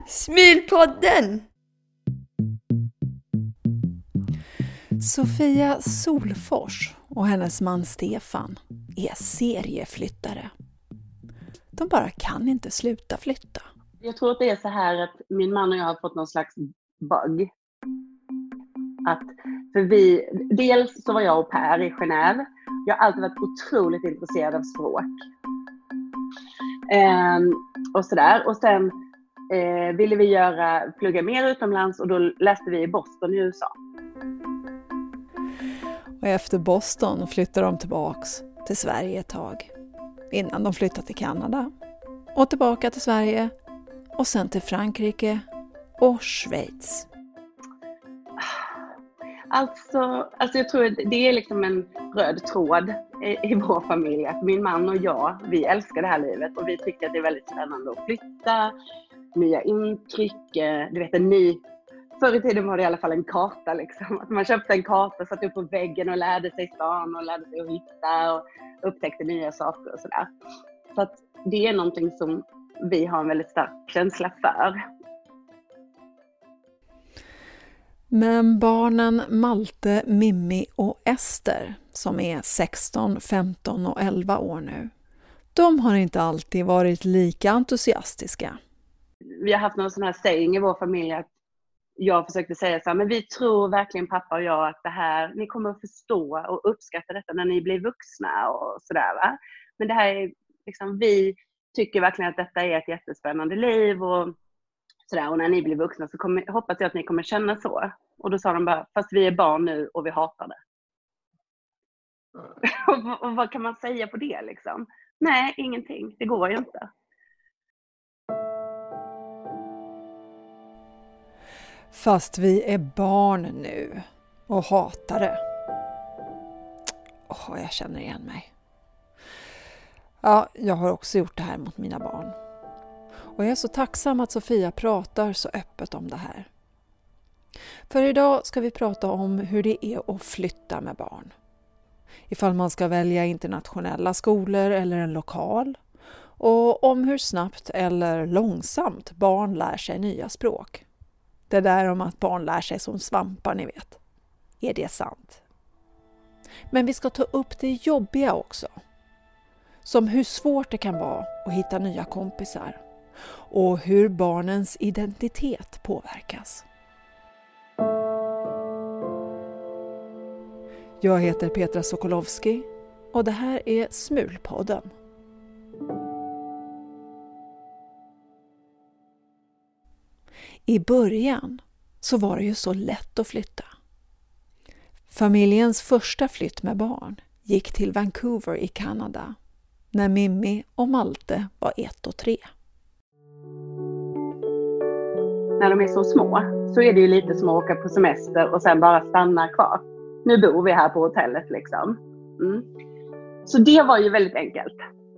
Smilpodden! Sofia Solfors och hennes man Stefan är serieflyttare. De bara kan inte sluta flytta. Jag tror att det är så här att min man och jag har fått någon slags bug. Dels så var jag au pair i Genève. Jag har alltid varit otroligt intresserad av språk. Och sådär. Och sen ville vi plugga mer utomlands och då läste vi i Boston i USA. Och efter Boston flyttade de tillbaks till Sverige ett tag. Innan de flyttade till Kanada. Och tillbaka till Sverige. Och sen till Frankrike och Schweiz. Alltså jag tror att det är liksom en röd tråd i vår familj. Att min man och jag, vi älskar det här livet. Och vi tycker att det är väldigt spännande att flytta. Nya intryck. Du vet, förr i tiden var det i alla fall en karta liksom. Att man köpte en karta, satt upp på väggen och lärde sig stan och lärde sig att hitta och upptäckte nya saker och sådär. Så att det är någonting som vi har en väldigt stark känsla för. Men barnen Malte, Mimmi och Ester, som är 16, 15 och 11 år nu, de har inte alltid varit lika entusiastiska. Vi har haft någon sån här saying i vår familj att jag försökte säga så här, men vi tror verkligen pappa och jag att det här, ni kommer att förstå och uppskatta detta när ni blir vuxna och sådär va. Men det här är liksom, vi tycker verkligen att detta är ett jättespännande liv och sådär. Och när ni blir vuxna så hoppas jag att ni kommer känna så. Och då sa de bara, fast vi är barn nu och vi hatar det. Och vad kan man säga på det liksom? Nej, ingenting. Det går ju inte. Fast vi är barn nu och hatar det. Jag känner igen mig. Ja, jag har också gjort det här mot mina barn. Och jag är så tacksam att Sofia pratar så öppet om det här. För idag ska vi prata om hur det är att flytta med barn. Ifall man ska välja internationella skolor eller en lokal. Och om hur snabbt eller långsamt barn lär sig nya språk. Det där om att barn lär sig som svampar, ni vet. Är det sant? Men vi ska ta upp det jobbiga också. Som hur svårt det kan vara att hitta nya kompisar. Och hur barnens identitet påverkas. Jag heter Petra Sokolowski och det här är Smulpodden. I början så var det ju så lätt att flytta. Familjens första flytt med barn gick till Vancouver i Kanada när Mimmi och Malte var 1 och 3. När de är så små så är det ju lite som att åka på semester och sen bara stanna kvar. Nu bor vi här på hotellet liksom. Så det var ju väldigt enkelt.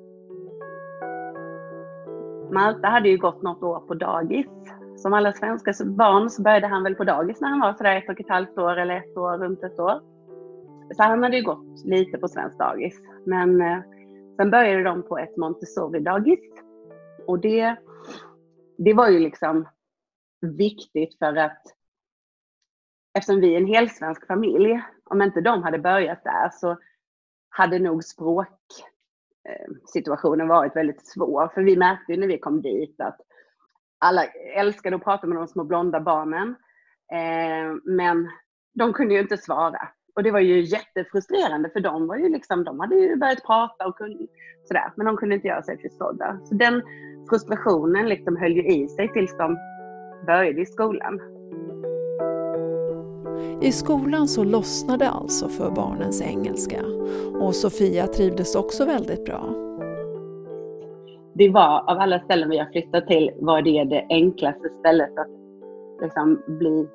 Malte hade ju gått något år på dagis. Som alla svenska barn så började han väl på dagis när han var sådär 1,5 år eller 1 år, runt 1 år. Så han hade ju gått lite på svensk dagis. Men sen började de på ett Montessori-dagis. Och det var ju liksom viktigt för att eftersom vi är en hel svensk familj, om inte de hade börjat där så hade nog språksituationen varit väldigt svår. För vi märkte ju när vi kom dit att alla älskade att prata med de små blonda barnen. Men de kunde ju inte svara. Och det var ju jättefrustrerande för de var ju liksom, de hade ju börjat prata och sådär. Men de kunde inte göra sig förstådda. Så den frustrationen liksom höll ju i sig tills de började i skolan. I skolan så lossnade alltså för barnens engelska. Och Sofia trivdes också väldigt bra. Det var, av alla ställen vi har flyttat till, var det enklaste stället att liksom bli,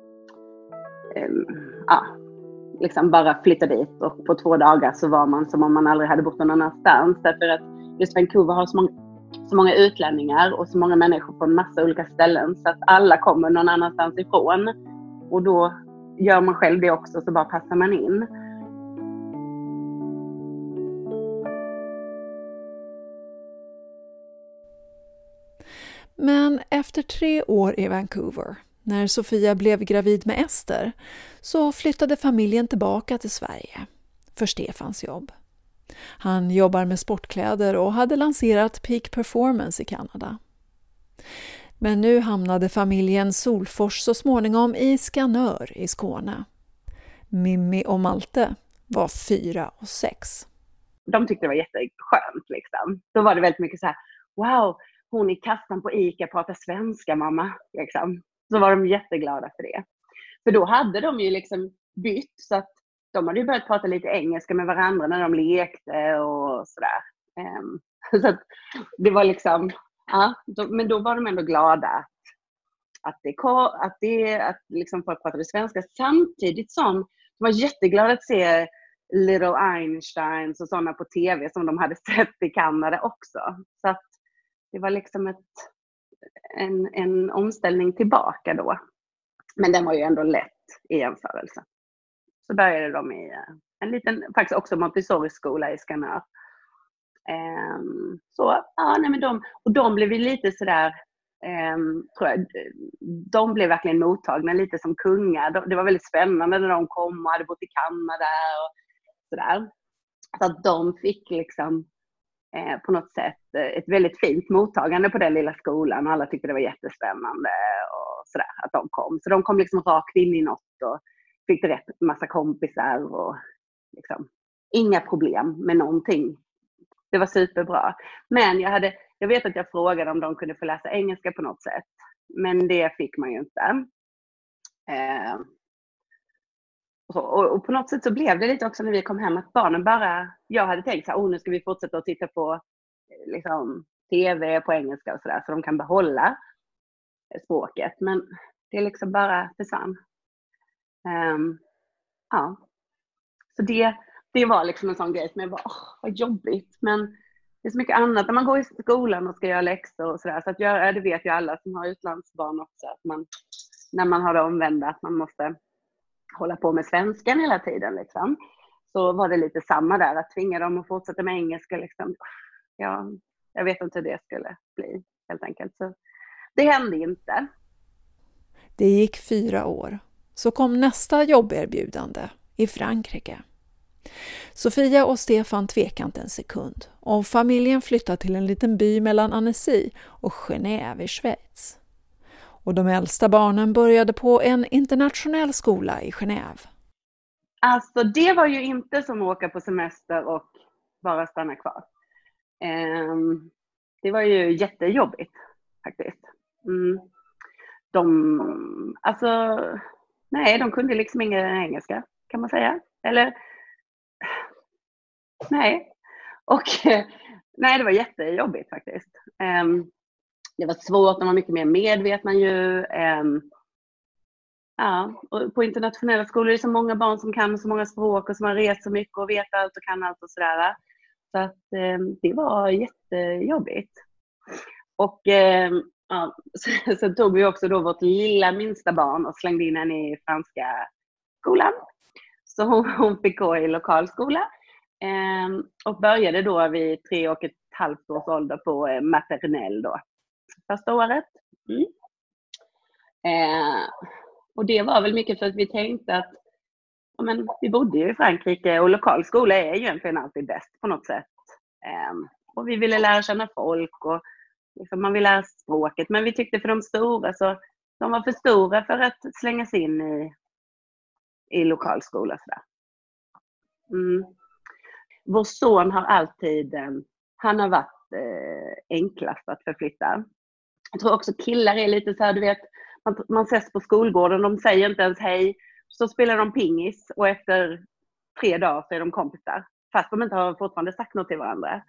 liksom bara flytta dit. Och på 2 dagar så var man som om man aldrig hade bott någon annanstans. Därför att just Vancouver har så många utlänningar och så många människor på en massa olika ställen. Så att alla kommer någon annanstans ifrån. Och då gör man själv det också, så bara passar man in. Men efter 3 år i Vancouver, när Sofia blev gravid med Ester, så flyttade familjen tillbaka till Sverige för Stefans jobb. Han jobbar med sportkläder och hade lanserat Peak Performance i Kanada. Men nu hamnade familjen Solfors så småningom i Skanör i Skåne. Mimmi och Malte var 4 och 6. De tyckte det var jätteskönt liksom. Då var det väldigt mycket så här: wow, hon i kassan på ICA pratar svenska, mamma. Liksom. Så var de jätteglada för det. För då hade de ju liksom bytt, så att de hade ju börjat prata lite engelska med varandra när de lekte och sådär. Så att det var liksom, ja, men då var de ändå glada att liksom folk pratade svenska, samtidigt som de var jätteglada att se Little Einsteins och sådana på tv som de hade sett i Kanada också. Så att det var liksom en omställning tillbaka då. Men den var ju ändå lätt i jämförelse. Så började de i en liten, faktiskt också Montessori-skola i Skanör. Så, ja, nej, men de blev ju lite sådär, tror jag, de blev verkligen mottagna lite som kungar. Det var väldigt spännande när de kom och hade bott i Kanada och sådär. Så att de fick liksom på något sätt ett väldigt fint mottagande på den lilla skolan. Alla tyckte det var jättespännande och sådär att de kom. Så de kom liksom rakt in i något och fick rätt massa kompisar och liksom inga problem med någonting. Det var superbra. Men jag vet att jag frågade om de kunde få läsa engelska på något sätt. Men det fick man ju inte. Och på något sätt så blev det lite också när vi kom hem att barnen bara, jag hade tänkt så här, nu ska vi fortsätta att titta på liksom tv på engelska och sådär, så de kan behålla språket. Men det liksom bara försvann. Ja. Så det var liksom en sån grej som jag bara, vad jobbigt. Men det är så mycket annat när man går i skolan och ska göra läxor och sådär. Så att det vet ju alla som har utlandsbarn också, att när man har det omvända, att man måste hålla på med svenskan hela tiden liksom. Så var det lite samma där, att tvinga dem att fortsätta med engelska liksom. Ja, jag vet inte hur det skulle bli helt enkelt. Så det hände inte. Det gick 4 år. Så kom nästa jobberbjudande i Frankrike. Sofia och Stefan tvekade inte en sekund och familjen flyttade till en liten by mellan Annecy och Genève i Schweiz. Och de äldsta barnen började på en internationell skola i Genève. Alltså det var ju inte som att åka på semester och bara stanna kvar. Det var ju jättejobbigt faktiskt. De kunde liksom ingen engelska, kan man säga. Eller nej. Och nej, det var jättejobbigt faktiskt. Det var svårt, de var mycket mer medvetna ju. Ja, och på internationella skolor är det så många barn som kan så många språk och som har rest så mycket och vet allt och kan allt och sådär. Så att det var jättejobbigt. Och så tog vi också då vårt lilla minsta barn och slängde in henne i franska skolan. Så hon fick gå i lokalskola. Och började då vid 3,5 års ålder på maternell då. Första året. Och det var väl mycket för att vi tänkte att vi bodde ju i Frankrike och lokal skola är ju egentligen alltid bäst på något sätt. Och vi ville lära känna folk och liksom man ville lära språket. Men vi tyckte för de stora, så de var för stora för att slängas in i lokal skola. Sådär. Vår son har alltid, han har varit enklast att förflytta. Jag tror också killar är lite så här, du vet, man ses på skolgården, de säger inte ens hej, så spelar de pingis och efter 3 dagar så är de kompisar. Fast de inte har fortfarande sagt något till varandra.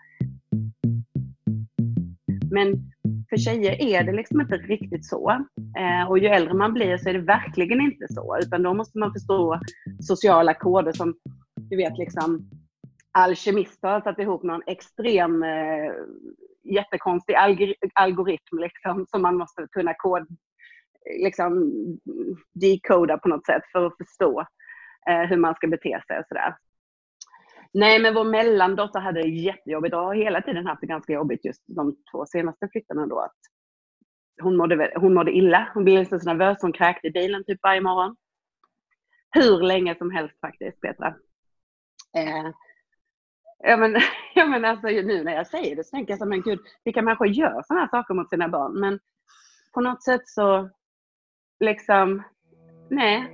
Men för tjejer är det liksom inte riktigt så. Och ju äldre man blir så är det verkligen inte så. Utan då måste man förstå sociala koder som, du vet liksom, alkemister har satt ihop någon extrem jättekonstig algoritm liksom, som man måste kunna liksom decoda på något sätt för att förstå hur man ska bete sig och sådär. Nej, men vår mellandotter hade det jättejobbigt och har hela tiden haft det ganska jobbigt just de 2 senaste flyttarna då. hon mådde illa. Hon blev så nervös, hon kräkte i bilen typ varje morgon. Hur länge som helst faktiskt, Petra. Ja men alltså nu när jag säger det så tänker jag så, men gud, vilka människor gör sådana här saker mot sina barn? Men på något sätt så liksom, nej.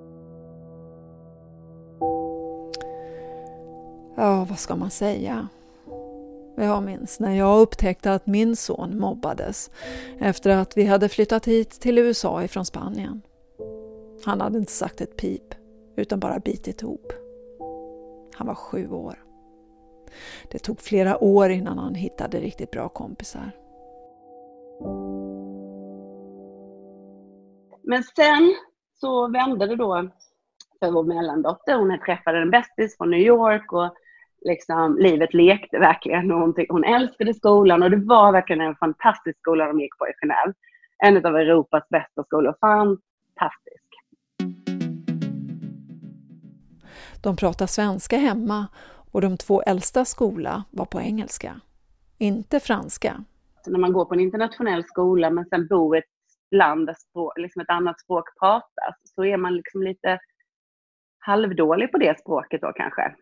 Ja, vad ska man säga? Jag minns när jag upptäckte att min son mobbades efter att vi hade flyttat hit till USA ifrån Spanien. Han hade inte sagt ett pip utan bara bitit ihop. Han var 7 år. Det tog flera år innan han hittade riktigt bra kompisar. Men sen så vände det då för vår mellandotter. Hon träffade en bästis från New York och liksom livet lekte verkligen. Hon älskade skolan och det var verkligen en fantastisk skola de gick på i Genève. En av Europas bästa skolor. Fantastisk. De pratade svenska hemma och de 2 äldsta skola var på engelska, inte franska. När man går på en internationell skola men sen bor i ett land där liksom ett annat språk pratas, så är man liksom lite halvdålig på det språket då kanske.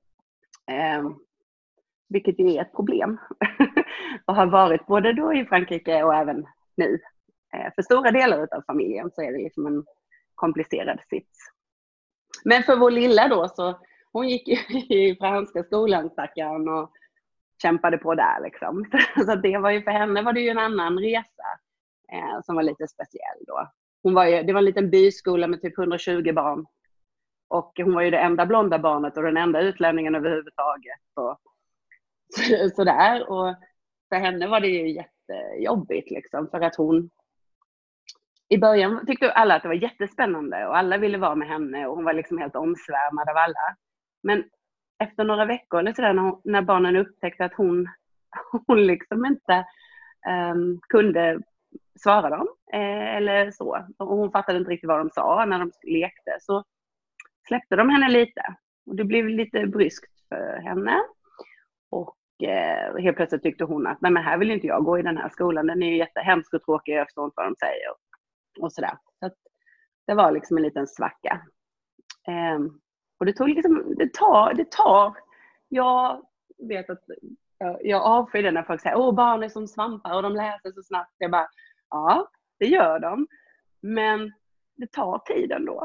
Vilket ju är ett problem. Och har varit både då i Frankrike och även nu. För stora delar av familjen så är det liksom en komplicerad sits. Men för vår lilla då, så hon gick i franska skolan, stackarn, och kämpade på där liksom. Så det var ju, för henne var det ju en annan resa som var lite speciell då. Det var en liten byskola med typ 120 barn. Och hon var ju det enda blonda barnet och den enda utlänningen överhuvudtaget. Och sådär. Och för henne var det ju jättejobbigt liksom. För att hon, i början tyckte alla att det var jättespännande och alla ville vara med henne och hon var liksom helt omsvärmad av alla. Men efter några veckor eller sådär, när barnen upptäckte att hon liksom inte kunde svara dem eller så. Och hon fattade inte riktigt vad de sa när de lekte. Så släppte de henne lite. Och det blev lite bryskt för henne. Och helt plötsligt tyckte hon att nej, men här vill inte jag gå i den här skolan. Den är ju jättehemsk och tråkig, jag förstår inte vad de säger. Och sådär. Så att det var liksom en liten svacka. Och det tog liksom, det tar. Jag vet att jag avskyr det när folk säger barn är som svampar och de läser så snabbt. Jag bara, ja, det gör de. Men det tar tid ändå.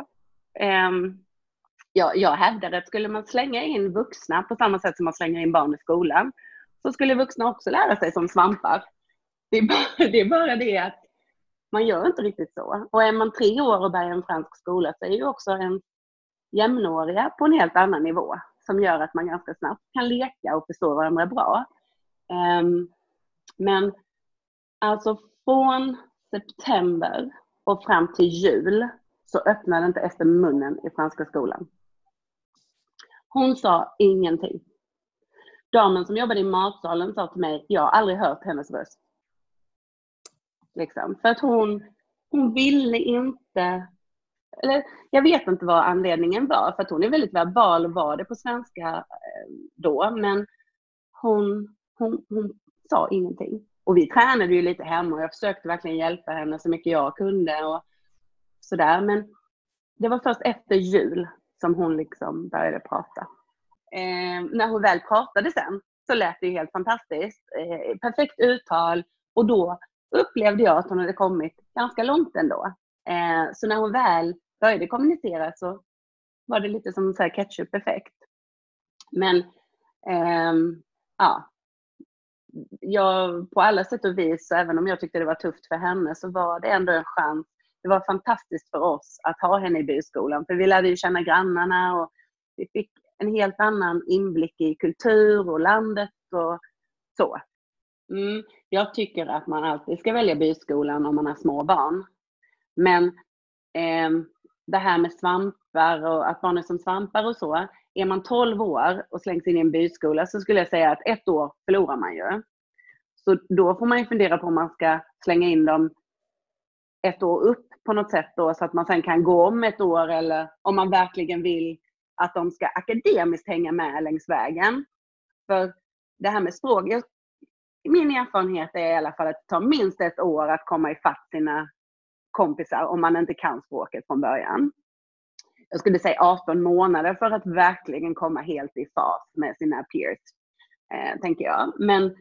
Jag hävdar att skulle man slänga in vuxna på samma sätt som man slänger in barn i skolan, så skulle vuxna också lära sig som svampar. Det är bara det att man gör inte riktigt så. Och är man 3 år och börjar en fransk skola så är ju också en jämnåriga på en helt annan nivå som gör att man ganska snabbt kan leka och förstå varandra bra. Men alltså från september och fram till jul så öppnade inte Ester munnen i franska skolan. Hon sa ingenting. Damen som jobbade i matsalen sa till mig, jag har aldrig hört hennes röst. Liksom. För att hon ville inte, eller jag vet inte vad anledningen var, för att hon är väldigt verbal och var det på svenska då, men hon sa ingenting. Och vi tränade ju lite hemma och jag försökte verkligen hjälpa henne så mycket jag kunde och sådär, men det var först efter jul som hon liksom började prata. När hon väl pratade sen så lät det ju helt fantastiskt. Perfekt uttal, och då upplevde jag att hon hade kommit ganska långt ändå. Så när hon väl började kommunicera så var det lite som en så här ketchup-effekt. Men jag, på alla sätt och vis, även om jag tyckte det var tufft för henne, så var det ändå en chans. Det var fantastiskt för oss att ha henne i byskolan, för vi lärde ju känna grannarna och vi fick en helt annan inblick i kultur och landet och så. Jag tycker att man alltid ska välja byskolan om man har små barn. Men det här med svampar och att barn är som svampar och så. Är man 12 år och slängs in i en byskola så skulle jag säga att 1 år förlorar man ju. Så då får man ju fundera på om man ska slänga in dem 1 år upp på något sätt då, så att man sen kan gå om 1 år, eller om man verkligen vill att de ska akademiskt hänga med längs vägen. För det här med språk, min erfarenhet är i alla fall att det tar minst ett år att komma ifatt sina kompisar om man inte kan språket från början. Jag skulle säga 18 månader för att verkligen komma helt i fas med sina peers, tänker jag. Men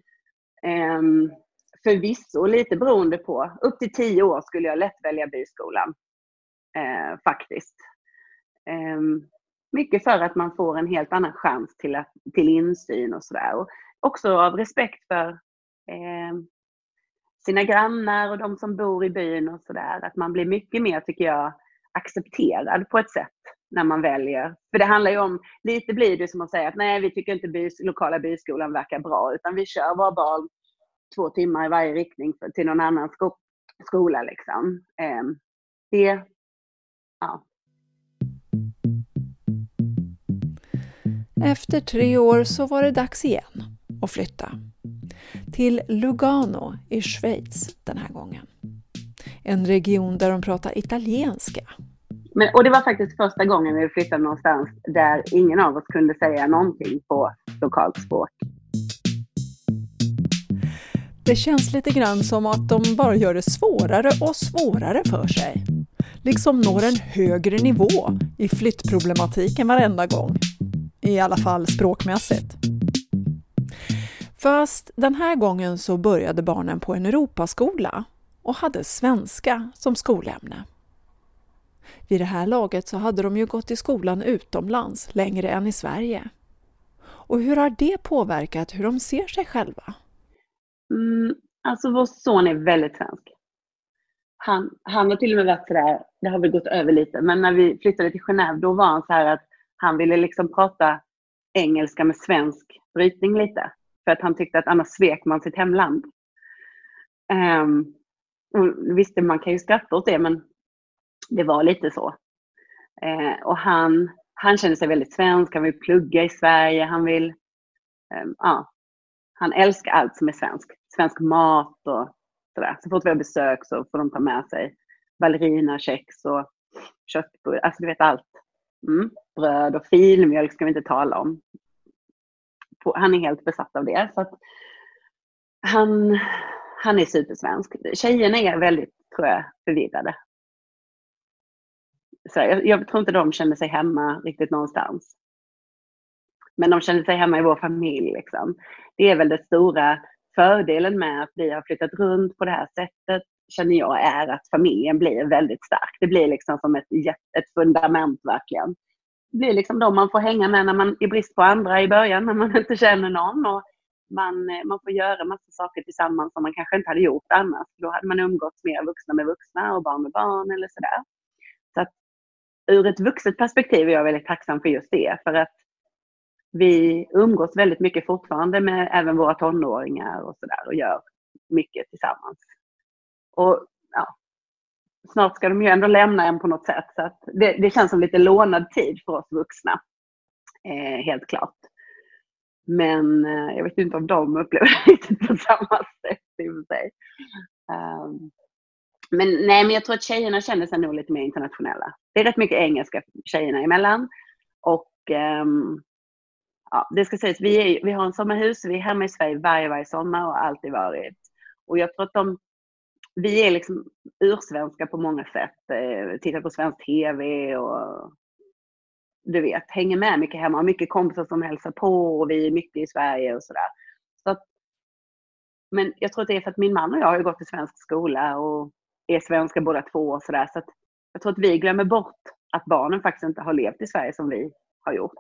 förvisso lite beroende på, upp till 10 år skulle jag lätt välja byskolan, faktiskt. Mycket för att man får en helt annan chans till insyn och sådär. Och också av respekt för sina grannar och de som bor i byn och sådär. Att man blir mycket mer, tycker jag, accepterad på ett sätt när man väljer. För det handlar ju om, lite blir det som att säga att nej, vi tycker inte lokala byskolan verkar bra, utan vi kör våra barn 2 timmar i varje riktning till någon annan skola liksom. Ja. Efter 3 år så var det dags igen att flytta. Till Lugano i Schweiz den här gången. En region där de pratar italienska. Och det var faktiskt första gången vi flyttade någonstans där ingen av oss kunde säga någonting på lokalt språk. Det känns lite grann som att de bara gör det svårare och svårare för sig. Liksom når en högre nivå i flyttproblematiken varenda gång. I alla fall språkmässigt. Fast den här gången så började barnen på en Europaskola och hade svenska som skolämne. Vid det här laget så hade de ju gått i skolan utomlands längre än i Sverige. Och hur har det påverkat hur de ser sig själva? Alltså vår son är väldigt svensk. Han har till och med varit sådär, det har väl gått över lite, men när vi flyttade till Genève då var han så här att han ville liksom prata engelska med svensk brytning lite. För att han tyckte att annars svek man sitt hemland. Visst, man kan ju skratta åt det, men det var lite så. Och han känner sig väldigt svensk, han vill plugga i Sverige, han älskar allt som är svenskt. Svensk mat och sådär. Så fort vi har besök så får de ta med sig ballerinakex och köttbullar, alltså du vet allt. Bröd och filmjölk ska vi inte tala om. Han är helt besatt av det. Så att han är supersvensk. Tjejerna är väldigt, tror jag, förvirrade. Så jag tror inte de känner sig hemma riktigt någonstans. Men de känner sig hemma i vår familj. Liksom. Det är väl den stora fördelen med att vi har flyttat runt på det här sättet, känner jag, är att familjen blir väldigt stark. Det blir liksom som ett fundament verkligen. Det blir liksom de man får hänga med när man är brist på andra i början, när man inte känner någon. Och man får göra massa saker tillsammans som man kanske inte hade gjort annars. Då hade man umgåtts mer vuxna med vuxna och barn med barn eller sådär. Så att ur ett vuxet perspektiv är jag väldigt tacksam för just det. För att vi umgås väldigt mycket fortfarande med även våra tonåringar och sådär. Och gör mycket tillsammans. Och ja, snart ska de ju ändå lämna en på något sätt. Så att det känns som lite lånad tid för oss vuxna. Helt klart. Men jag vet inte om de upplever det riktigt på samma sätt i och för sig. Men jag tror att tjejerna känner sig nog lite mer internationella. Det är rätt mycket engelska tjejerna emellan. Och det ska sägas, vi har en sommarhus. Vi är hemma i Sverige varje sommar och alltid varit. Och jag tror att vi är liksom ursvenska på många sätt. Tittar på svensk tv och du vet, hänger med mycket hemma. Och mycket kompisar som hälsar på och vi är mycket i Sverige och sådär. Men jag tror att det är för att min man och jag har gått i svensk skola och är svenska båda två och sådär. Så att jag tror att vi glömmer bort att barnen faktiskt inte har levt i Sverige som vi har gjort.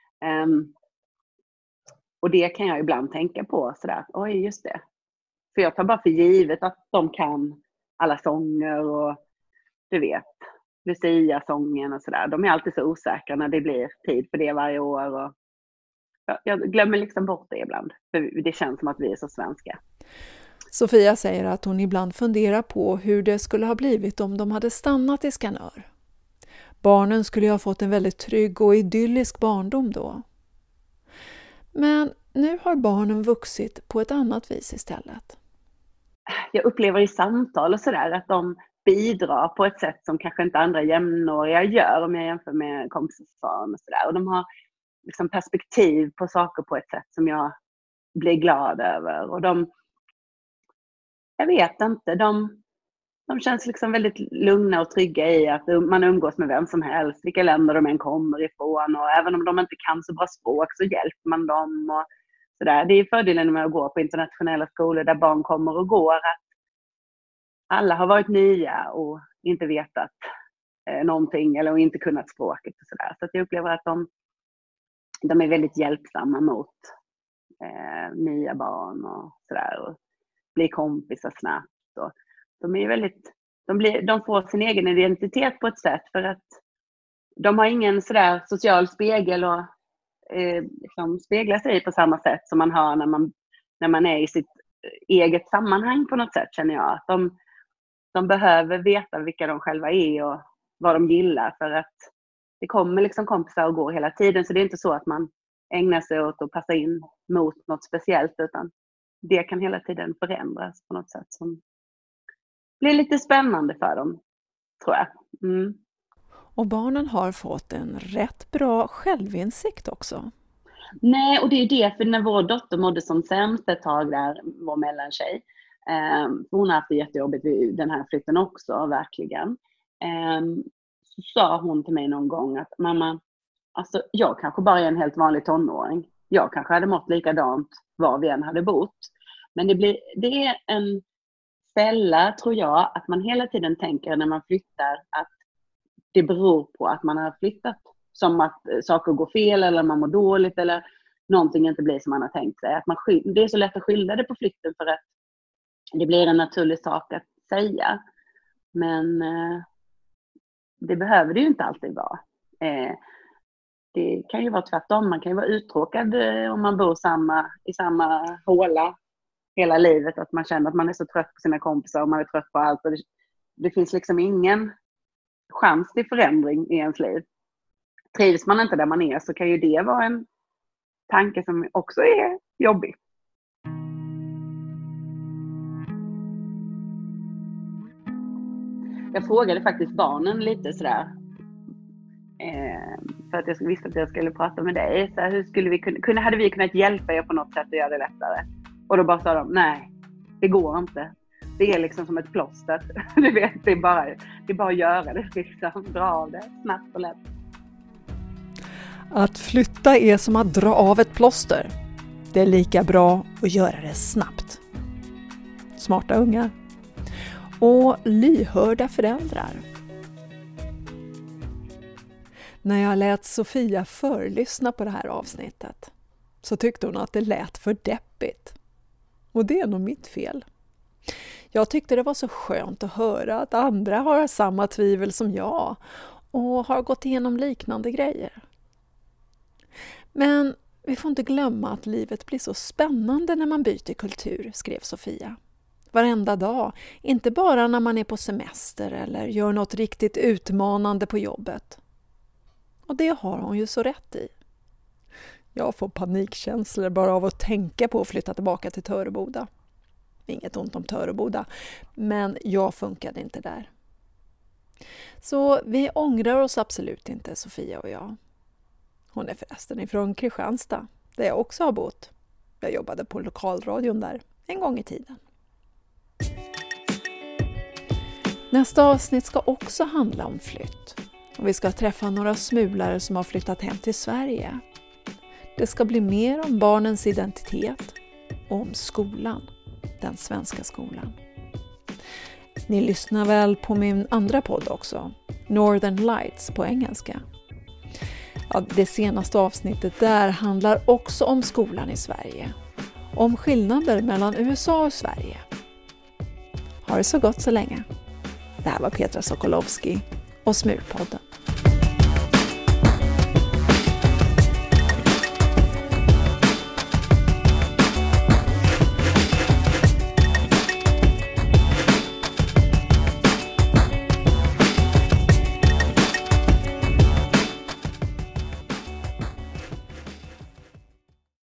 Och det kan jag ibland tänka på sådär. Oj, just det. För jag tar bara för givet att de kan alla sånger och du vet, Lucia-sången och sådär. De är alltid så osäkra när det blir tid för det varje år. Och jag glömmer liksom bort det ibland. För det känns som att vi är så svenska. Sofia säger att hon ibland funderar på hur det skulle ha blivit om de hade stannat i Skanör. Barnen skulle ju ha fått en väldigt trygg och idyllisk barndom då. Men nu har barnen vuxit på ett annat vis istället. Jag upplever i samtal och sådär att de bidrar på ett sätt som kanske inte andra jämnåriga gör om jag jämför med kompisbarn och sådär. Och de har liksom perspektiv på saker på ett sätt som jag blir glad över. Och de jag vet inte, de känns liksom väldigt lugna och trygga i att man umgås med vem som helst, vilka länder de än kommer ifrån, och även om de inte kan så bra språk så hjälper man dem och sådär. Det är fördelen med att gå på internationella skolor där barn kommer och går, att alla har varit nya och inte vetat någonting eller inte kunnat språket och sådär. Så att jag upplever att de är väldigt hjälpsamma mot nya barn och sådär, och blir kompisar snabbt. Och de är väldigt, de får sin egen identitet på ett sätt, för att de har ingen sådär social spegel och liksom speglar sig på samma sätt som man har när man är i sitt eget sammanhang på något sätt, känner jag. Att de behöver veta vilka de själva är och vad de gillar, för att det kommer liksom kompisar och går hela tiden, så det är inte så att man ägnar sig åt att passa in mot något speciellt, utan det kan hela tiden förändras på något sätt som blir lite spännande för dem, tror jag. Mm. Och barnen har fått en rätt bra självinsikt också. Nej, och det är det, för när vår dotter mådde som sämst ett tag där, vår mellantjej, hon har haft det jättejobbigt vid den här flytten också, verkligen. Så sa hon till mig någon gång att mamma, alltså jag kanske bara är en helt vanlig tonåring. Jag kanske hade mått likadant var vi än hade bott. Men det är en fälla, tror jag, att man hela tiden tänker när man flyttar att det beror på att man har flyttat. Som att saker går fel eller man mår dåligt eller någonting inte blir som man har tänkt sig. Att det är så lätt att skylla det på flytten för att det blir en naturlig sak att säga. Men det behöver det ju inte alltid vara. Det kan ju vara tvärtom. Man kan ju vara uttråkad om man bor i samma håla hela livet. Att man känner att man är så trött på sina kompisar och man är trött på allt. Och det finns liksom ingen chans till förändring i ens liv. Trivs man inte där man är, så kan ju det vara en tanke som också är jobbig. Jag frågade faktiskt barnen lite sådär, för att jag visste att jag skulle prata med dig. Så här, hur skulle vi hade vi kunnat hjälpa er på något sätt att göra det lättare? Och då bara sa de, nej, det går inte. Det är liksom som ett plåster. Du vet, det är bara att göra det, liksom, dra av det snabbt och lätt. Att flytta är som att dra av ett plåster. Det är lika bra att göra det snabbt. Smarta ungar. Och lyhörda föräldrar. När jag lät Sofia förlyssna på det här avsnittet så tyckte hon att det lät för deppigt. Och det är nog mitt fel. Jag tyckte det var så skönt att höra att andra har samma tvivel som jag och har gått igenom liknande grejer. Men vi får inte glömma att livet blir så spännande när man byter kultur, skrev Sofia. Varenda dag, inte bara när man är på semester eller gör något riktigt utmanande på jobbet. Och det har hon ju så rätt i. Jag får panikkänslor bara av att tänka på att flytta tillbaka till Töreboda. Inget ont om Töreboda, men jag funkade inte där. Så vi ångrar oss absolut inte, Sofia och jag. Hon är förresten ifrån Kristianstad, där jag också har bott. Jag jobbade på lokalradion där en gång i tiden. Nästa avsnitt ska också handla om flytt. Och vi ska träffa några smulare som har flyttat hem till Sverige. Det ska bli mer om barnens identitet och om skolan, den svenska skolan. Ni lyssnar väl på min andra podd också, Northern Lights på engelska. Ja, det senaste avsnittet där handlar också om skolan i Sverige. Om skillnader mellan USA och Sverige. Ha det så gott så länge. Det här var Petra Sokolowski och Smulpodden.